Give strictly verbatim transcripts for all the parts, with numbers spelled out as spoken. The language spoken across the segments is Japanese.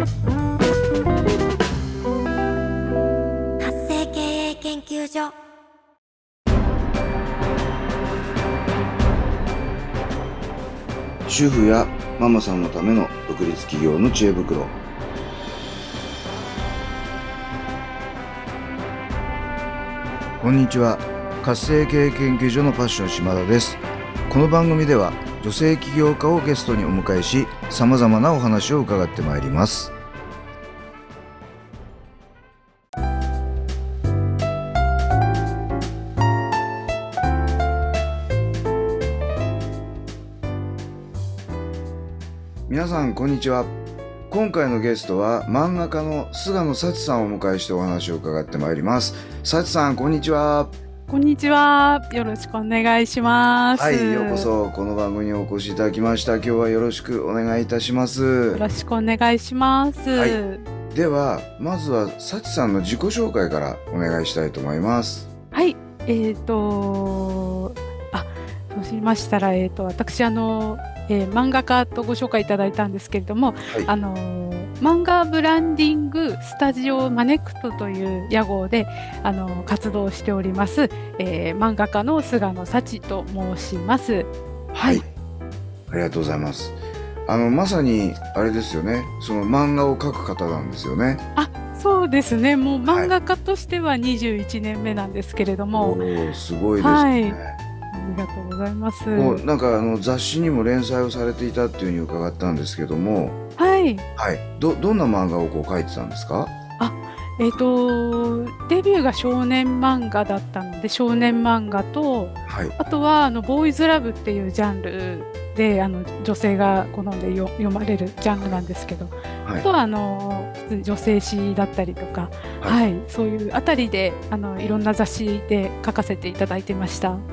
活性経営研究所。 主婦やママさんのための独立企業の知恵袋。こんにちは。活性経営研究所のパッション島田です。この番組では女性起業家をゲストにお迎えし、さまざまなお話を伺ってまいります。皆さんこんにちは。今回のゲストは漫画家の菅野幸さんをお迎えしてお話を伺ってまいります。幸さんこんにちは。 こんにちは。よろしくお願いします。 はい、ようこそこの番組にお越しいただきました。今日はよろしくお願いいたします。 よろしくお願いします。 はい、ではまずは幸さんの自己紹介からお願いしたいと思います。 はい、えーとあそうしましたら、えーと私あのえー、漫画家とご紹介いただいたんですけれども、はい、あのー、漫画ブランディングスタジオマネクトという屋号で、あのー、活動しております、えー、漫画家の菅野幸と申します。 はい、ありがとうございます。あのまさにあれですよね、その漫画を描く方なんですよね。 あ、そうですね。もう漫画家としてはにじゅういちねんめなんですけれども、 はい、おすごいですね。はい、 ありがとうございます。 もうなんかあの雑誌にも連載をされていたっていうふうに伺ったんですけども、 はい、 はい、どどんな漫画をこう描いてたんですか？ あ、えっとデビューが少年漫画だったので少年漫画と、はい、あとはあのボーイズラブっていうジャンルであの女性が好んでよ読まれるジャンルなんですけど、はい、あとはあの女性誌だったりとか、はいはい、そういうあたりであのいろんな雑誌で書かせていただいてました。 はい、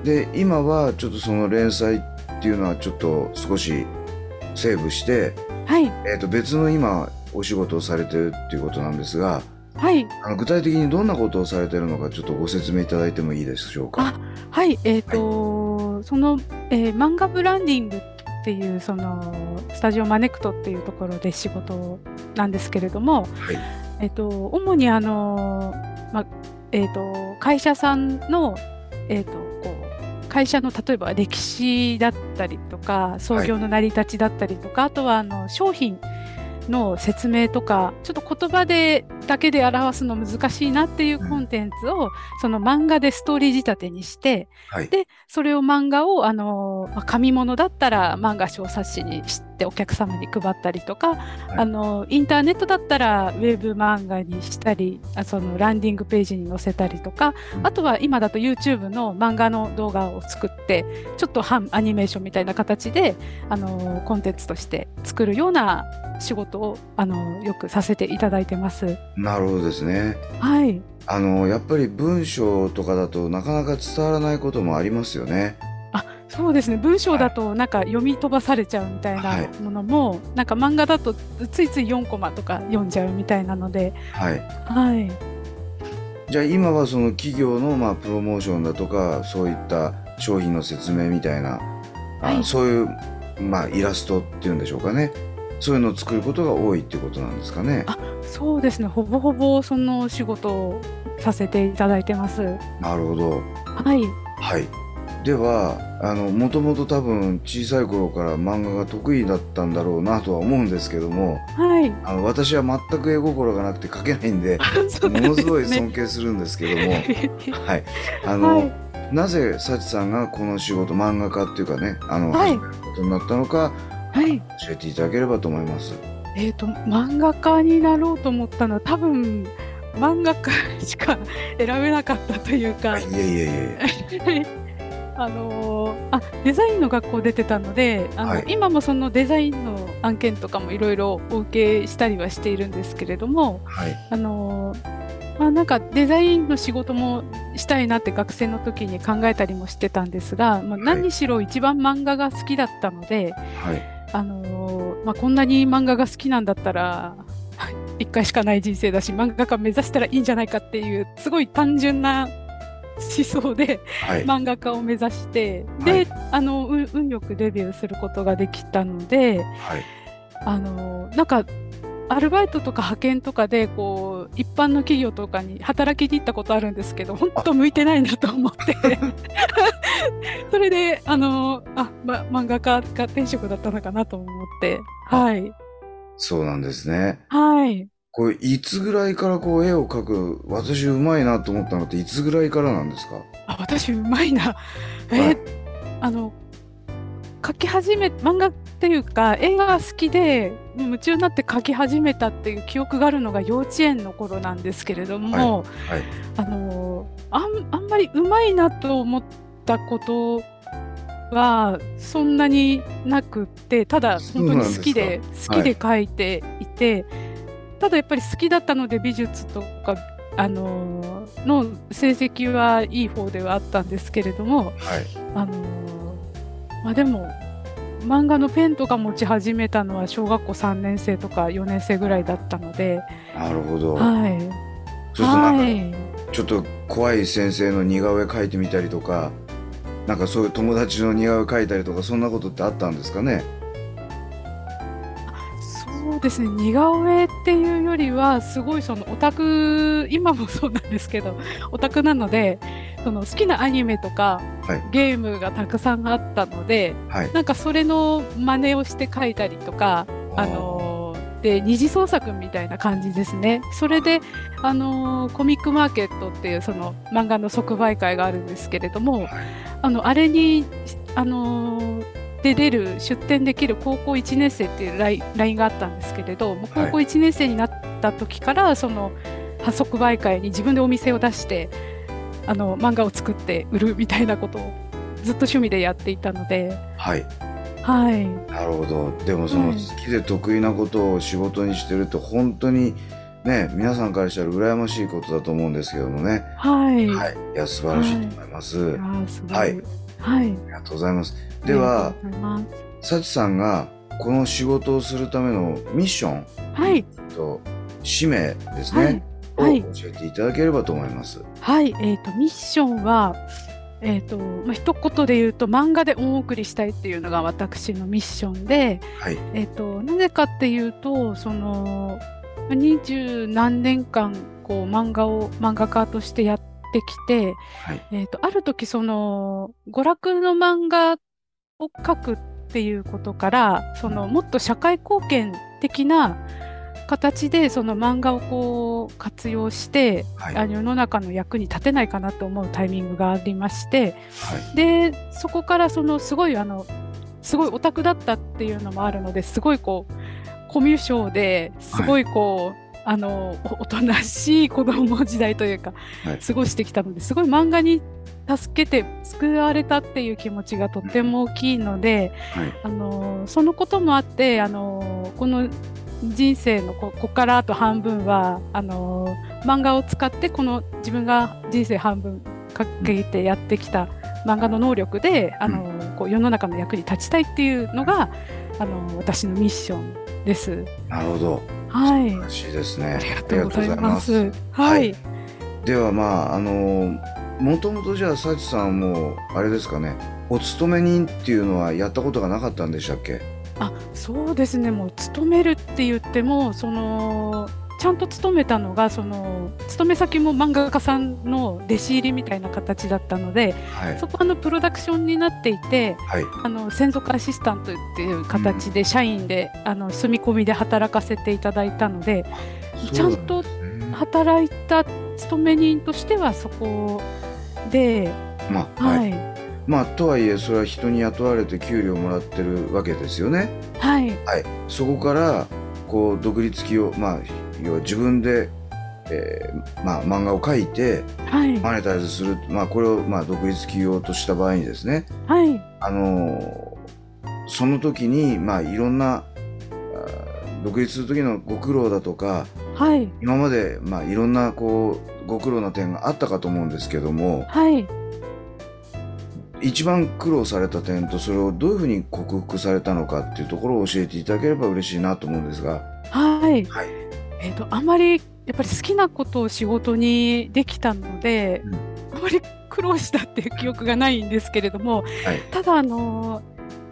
で今はちょっとその連載っていうのはちょっと少しセーブして、はい、えー、と別の今お仕事をされてるっていうことなんですが、はい、あの具体的にどんなことをされてるのかちょっとご説明いただいてもいいでしょうか？ あ、はい、えーと、はい、その、えー、漫画ブランディングっていうそのスタジオマネクトっていうところで仕事なんですけれども、はい、えーと、主にあの、まえーと、会社さんの、えーと、こう会社の例えば歴史だったりとか創業の成り立ちだったりとか、はい、あとはあの商品の説明とかちょっと言葉でだけで表すの難しいなっていうコンテンツを、うん、その漫画でストーリー仕立てにして、はい、でそれを漫画をあの紙物だったら漫画小冊子にしてお客様に配ったりとか、はい、あのインターネットだったらウェブ漫画にしたりあそのランディングページに載せたりとか、うん、あとは今だと YouTube の漫画の動画を作ってちょっと半アニメーションみたいな形であのコンテンツとして作るような仕事をあのよくさせていただいてます。 なるほどですね。 はい。あのやっぱり文章とかだとなかなか伝わらないこともありますよね。 あ、そうですね。文章だとなんか読み飛ばされちゃうみたいなものも、はい、なんか漫画だとついついよんコマとか読んじゃうみたいなので、 はい。 はい。 じゃあ今はその企業のまあプロモーションだとかそういった商品の説明みたいな、はい、あそういうまあイラストっていうんでしょうかね。そういうのを作ることが多いっていうことなんですかね。 あ、そうですね。ほぼほぼその仕事をさせていただいてます。 なるほど。 はい。 はい。では、あのもともと多分小さい頃から漫画が得意だったんだろうなとは思うんですけども、 はい。 あの私は全く絵心がなくて描けないんで、ものすごい尊敬するんですけども、はい。あの、はい、なぜ幸さんがこの仕事漫画家っていうかね、あの、はい、始めることになったのか。はい、教えていただければと思います。 えーと、漫画家になろうと思ったのは多分漫画家しか選べなかったというか、 いやいやいやあのー、あデザインの学校出てたのであの、はい、今もそのデザインの案件とかもいろいろお受けしたりはしているんですけれども、はい、あのーまあ、なんかデザインの仕事もしたいなって学生の時に考えたりもしてたんですが、まあ、何にしろ一番漫画が好きだったので、はい、あのーまあ、こんなに漫画が好きなんだったらいっかいしかない人生だし漫画家目指したらいいんじゃないかっていうすごい単純な思想で、はい、漫画家を目指してで、はい、あの運よくデビューすることができたので、はい、 あのなんかアルバイトとか派遣とかでこう一般の企業とかに働きに行ったことあるんですけど、本当向いてないなと思ってそれであのあ、ま、漫画家が転職だったのかなと思って、はい。 そうなんですね。 はい。 これいつぐらいからこう絵を描く、私うまいなと思ったのっていつぐらいからなんですか？ あ、私うまいな。えーはい。 あの描き始め漫画っていうか映画が好きでもう夢中になって描き始めたっていう記憶があるのが幼稚園の頃なんですけれどはい。 も、 はい。 あのあん、あんまりうまいなと思ったことはそんなになくって、ただそう本当になんですか。 好きで好きはい。 で描いていて、ただやっぱり好きだったので美術とかあのの成績はいい方ではあったんですけれども、 はい。 あのまあでも漫画のペンとか持ち始めたのは小学校さんねん生とかよねん生ぐらいだったので、 なるほど。 はいそうするとなんか、 はい。 ちょっと怖い先生の似顔絵描いてみたりとか、なんかそういう友達の似顔絵描いたりとか、そんなことってあったんですかね？ そうですね、似顔絵っていうよりはすごいそのオタク、今もそうなんですけどオタクなので、その好きなアニメとかはい。 ゲームがたくさんあったので、 はい。 なんかそれの真似をして描いたりとか、ああのーで二次創作みたいな感じですね。それで、あのーコミックマーケットっていうその漫画の即売会があるんですけれども、 あ、はい。 あのあれに、あのーで出る出展できる高校いちねん生っていうライン、ラインがあったんですけれど、もう高はい。 校いちねん生になった時からその即売会に自分でお店を出してあの漫画を作って売るみたいなことをずっと趣味でやっていたので、 はい。 はい、 なるほど。でもそのはい、 好きで得意なことを仕事にしてるって本当にね、皆さんからしたら羨ましいことだと思うんですけどもね。 はい、 はい。いや、素晴らしいはい。 と思います。 いやー、すはい。 ごい。はい、 ありがとうございます。 ありがとうでは、 ございます。 幸さんがこの仕事をするためのミッションはい、 と使命ですはい、 ね、をはい、 教えていただければと思います。 はい。えっと、ミッションは、えっと、まあ、一言で言うと、漫画で恩送りしたいっていうのが私のミッションで、 はい。 えっと、なぜかっていうと、その、ま二十何年間、こう、漫画を、漫画家としてやってきて、 はい。 えっと、ある時、その、娯楽の漫画を描くっていうことから、その、もっと社会貢献的な形で、その漫画をこう、活用して、 はい。 あの世の中の役に立てないかなと思うタイミングがありまして、 はい。 で、そこからそのすごいあの、すごいオタクだったっていうのもあるので、すごいこう、コミュ障ですはい。 ごいこう、あの、おおとなしい子供時代というか、 はい。 過ごしてきたので、すごい漫画に助けて救われたっていう気持ちがとっても大きいので、 はい。 あの、そのこともあって、あの、この人生のこここからあと半分は、あの、漫画を使ってこの自分が人生半分かうん。 けてやってきた漫画の能力で、あうん。 の、こう世の中の役に立ちたいっていうのが、あの、私のミッションです。 なるほど。素はい。 晴らしいですね。 ありがありがとうござとうございいます。 ます。 はい。 はい。 では、まあ、あの、もともとじゃあ、幸さんも、あれですかね、お勤め人っていうのはやったことがなかったんでしたっけ？ あ、そうですね。もう勤めるって言っても、その、ちゃんと勤めたのが、その、勤め先も漫画家さんの弟子入りみたいな形だったので、 はい。 そこはあのプロダクションになっていて、 はい。 あの専属アシスタントっていううん。 形で社員であの住み込みで働かせていただいたので、 そうなんでちゃんとすね。 働いた勤め人としてはそこで、 まあ、はい。 はい、 まあ、とはいえ、それは人に雇われて給料もらってるわけですよね。 はい、 はい。そこから、こう、独立企業、まあ、要は自分で、えーまあ、漫画を描いて、 はい、 マネタイズする、まあ、これを、まあ、独立企業とした場合にですね、 はい、 あのーその時に、まあ、いろんな、あー独立する時のご苦労だとか、 はい、 今まで、まあ、いろんな、こう、ご苦労な点があったかと思うんですけども、 はい。 一番苦労された点と、それをどういうふうに克服されたのかっていうところを教えていただければ嬉しいなと思うんですが。 はい。 はい。 えっと、あまりやっぱり好きなことを仕事にできたので、 うん。 あまり苦労したっていう記憶がないんですけれども、 はい。 ただあの、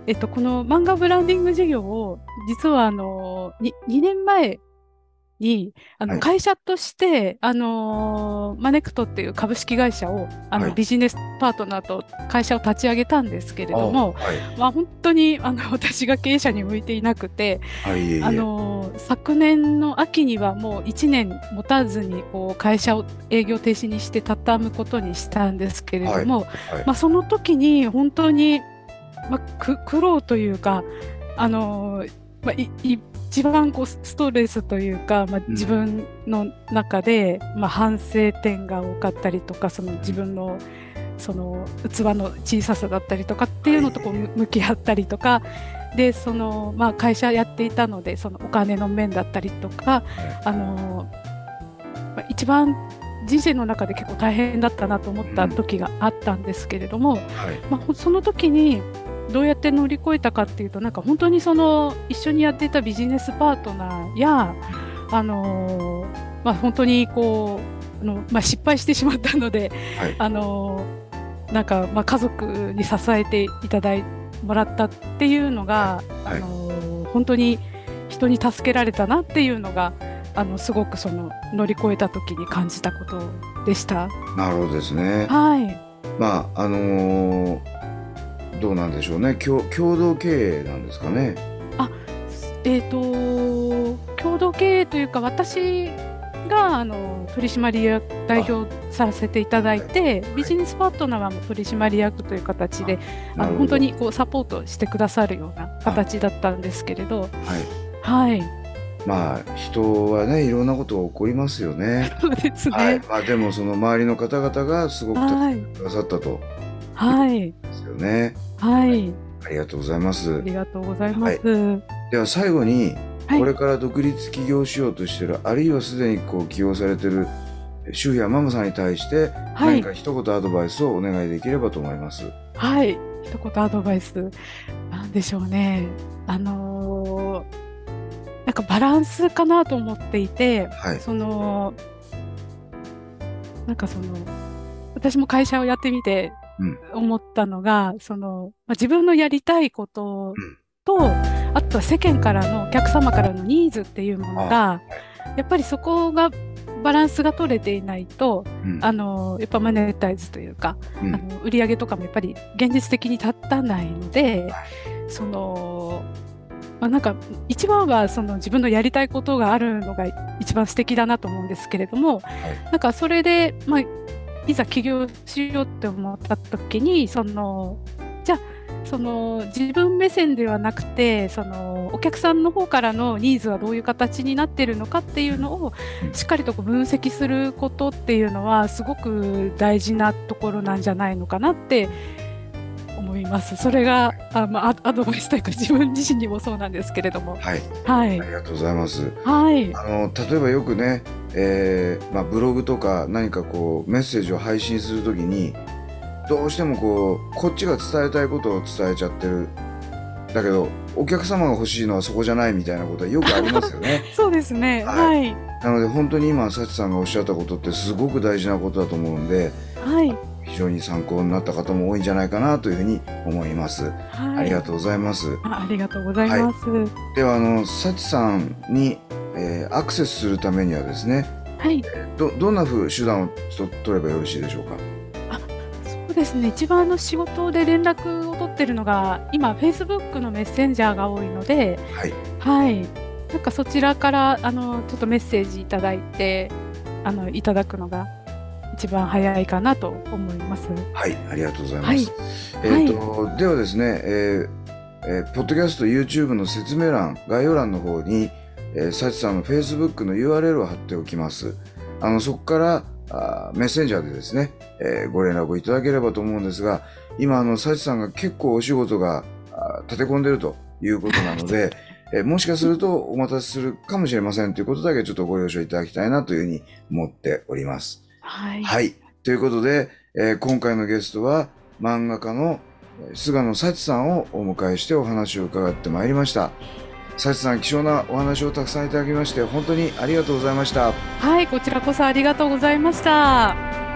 えっと、この漫画ブランディング事業を、実はあの、ににねんまえに、あの、 はい。 会社として、あのーマネクトっていう株式会社を、あの、 はい。 ビジネスパートナーと会社を立ち上げたんですけれあ、 ども、 はい。 まあ、本当に、あの、私が経営者に向いていなくて、 はい、いえあいえ。 のー昨年の秋にはもういちねん持たずに、こう、会社を営業停止にして畳むことにしたんですけれはい。 ども、 はい。 まあ、その時に本当に、まあ、く苦労というか、あのーまあ、い一番こうストレスというか、まあ、 うん。 自分の中で、まあ、反省点が多かったりとか、その自うん。 分のその器の小ささだったりとかっていはい、いうのとこうえいえ。 む向き合ったりとかで、その、まあ、会社やっていたので、そのお金の面だったりとか、 はい。 あのまあ一番人生の中で結構大変だったなと思ったうん。 時があったんですけれども、 はい。 まあ、ほその時にどうやって乗り越えたかっていうと、なんか本当にその一緒にやっていたビジネスパートナーや、 うん。 あのーまあ、本当にこうあの、まあ、失敗してしまったので、 はい。 あのーなんか、まあ、家族に支えていただいもらったっていうのはい。 が、あはい。 のー本当に人に助けられたなっていうのが、あのすごくその乗り越えた時に感じたことでした。 なるほどですね。 はい。 まあ、あの、どうなんでしょうね。きょ共同経営なんですかね？ あ、えっと、共同経営というか、私があの取締役代あ、 表させていただいはい。 て、ビはい。 ジネスパートナーはもう取締役という形あ、 で、あの本当なるほど。 にこうサポートしてくださるようなあ、 形だったんですけれど、 はい。 はい。 まあ、人はね、いろんなことが起こりますよね。 そうですはい。 ね。 まあ、でもその周りの方々がすごく助はい。 けてくださったというこはい。 とですよね。はい。 はい。 ありがとうございます。 ありがとうございまはい。 す。 では最後に、 はい。 これから独立起業しようとしている、あるいはすでにこう起業されている主婦やママさんに対して、 はい。 何か一言アドバイスをお願いできればと思います。 はい。一言アドバイス。なんでしょうね。あのーなんかバランスかなと思っていて、 はい。 その、なんかその、私も会社をやってみてうん。 思ったのが、その、まあ、自分のやりたいことうん。 と、あとは世間からのお客様からのニーズっていうもあ、 のはが、やっぱりそこがバランスが取れていないと、 い。うん。 あの、やっぱマネタイズというか、 うん。 あの、売り上げとかもやっぱり現実的に立たないので、 はい。 その、まあ、なんか一番はその自分のやりたいことがあるのが一番素敵だなと思うんですけれども、 はい。 なんかそれで、まあ、いざ起業しようって思った時に、その、じゃあ、その自分目線ではなくて、そのお客さんの方からのニーズはどういう形になっているのかっていうのをうん。 しっかりとこう分析することっていうのはすごく大事なところなんじゃないのかなって思います。それが、あ、まあ、アアドバイスというか自分自身にもそうなんですけれども。 はい。 はい。 ありがとうございます。 はい。 あの、例えばよくね、えーまあ、ブログとか何かこうメッセージを配信するときに、どうしてもこう、こっちが伝えたいことを伝えちゃってる。だけど、お客様が欲しいのはそこじゃないみたいなことはよくありますよね。 そうですね。 はい。 はい。 なので本当に今、幸さんがおっしゃったことってすごく大事なことだと思うんで、 はい。 非常に参考になった方も多いんじゃないかなというふうに思います。あはい。 りがとうございます。 あ、ありがとうございはい。 ます。 では、あの、幸さんに、えーアクセスするためにはですね、 はい。 ど、どんなふう手段をと取ればよろしいでしょうか。 あ、そうですね。一番あの仕事で連絡を取ってるのが、今 Facebook のメッセンジャーが多いので、 はい。 はい。なんかそちらからあのちょっとメッセージいただいて、あのいただくのが一番早いかなと思います。 はい、ありがとうございはい。 ます。えっはい。 と、ではですね、えーえーポッドキャスト、YouTube の説明欄、概要欄の方に、えー、サチさんの Facebook の ユーアールエル を貼っておきます。あの、そこから、あーメッセンジャーでですね、えーご連絡をいただければと思うんですが、今、あの、サチさんが結構お仕事があー立て込んでるということなので、えーもしかするとお待たせするかもしれませんということだけちょっとご了承いただきたいなというふうに思っております。 はい。 はい。ということで、えー今回のゲストは漫画家のえー菅野幸さんをお迎えしてお話を伺ってまいりました。幸さん、貴重なお話をたくさんいただきまして本当にありがとうございました。 はい、こちらこそありがとうございました。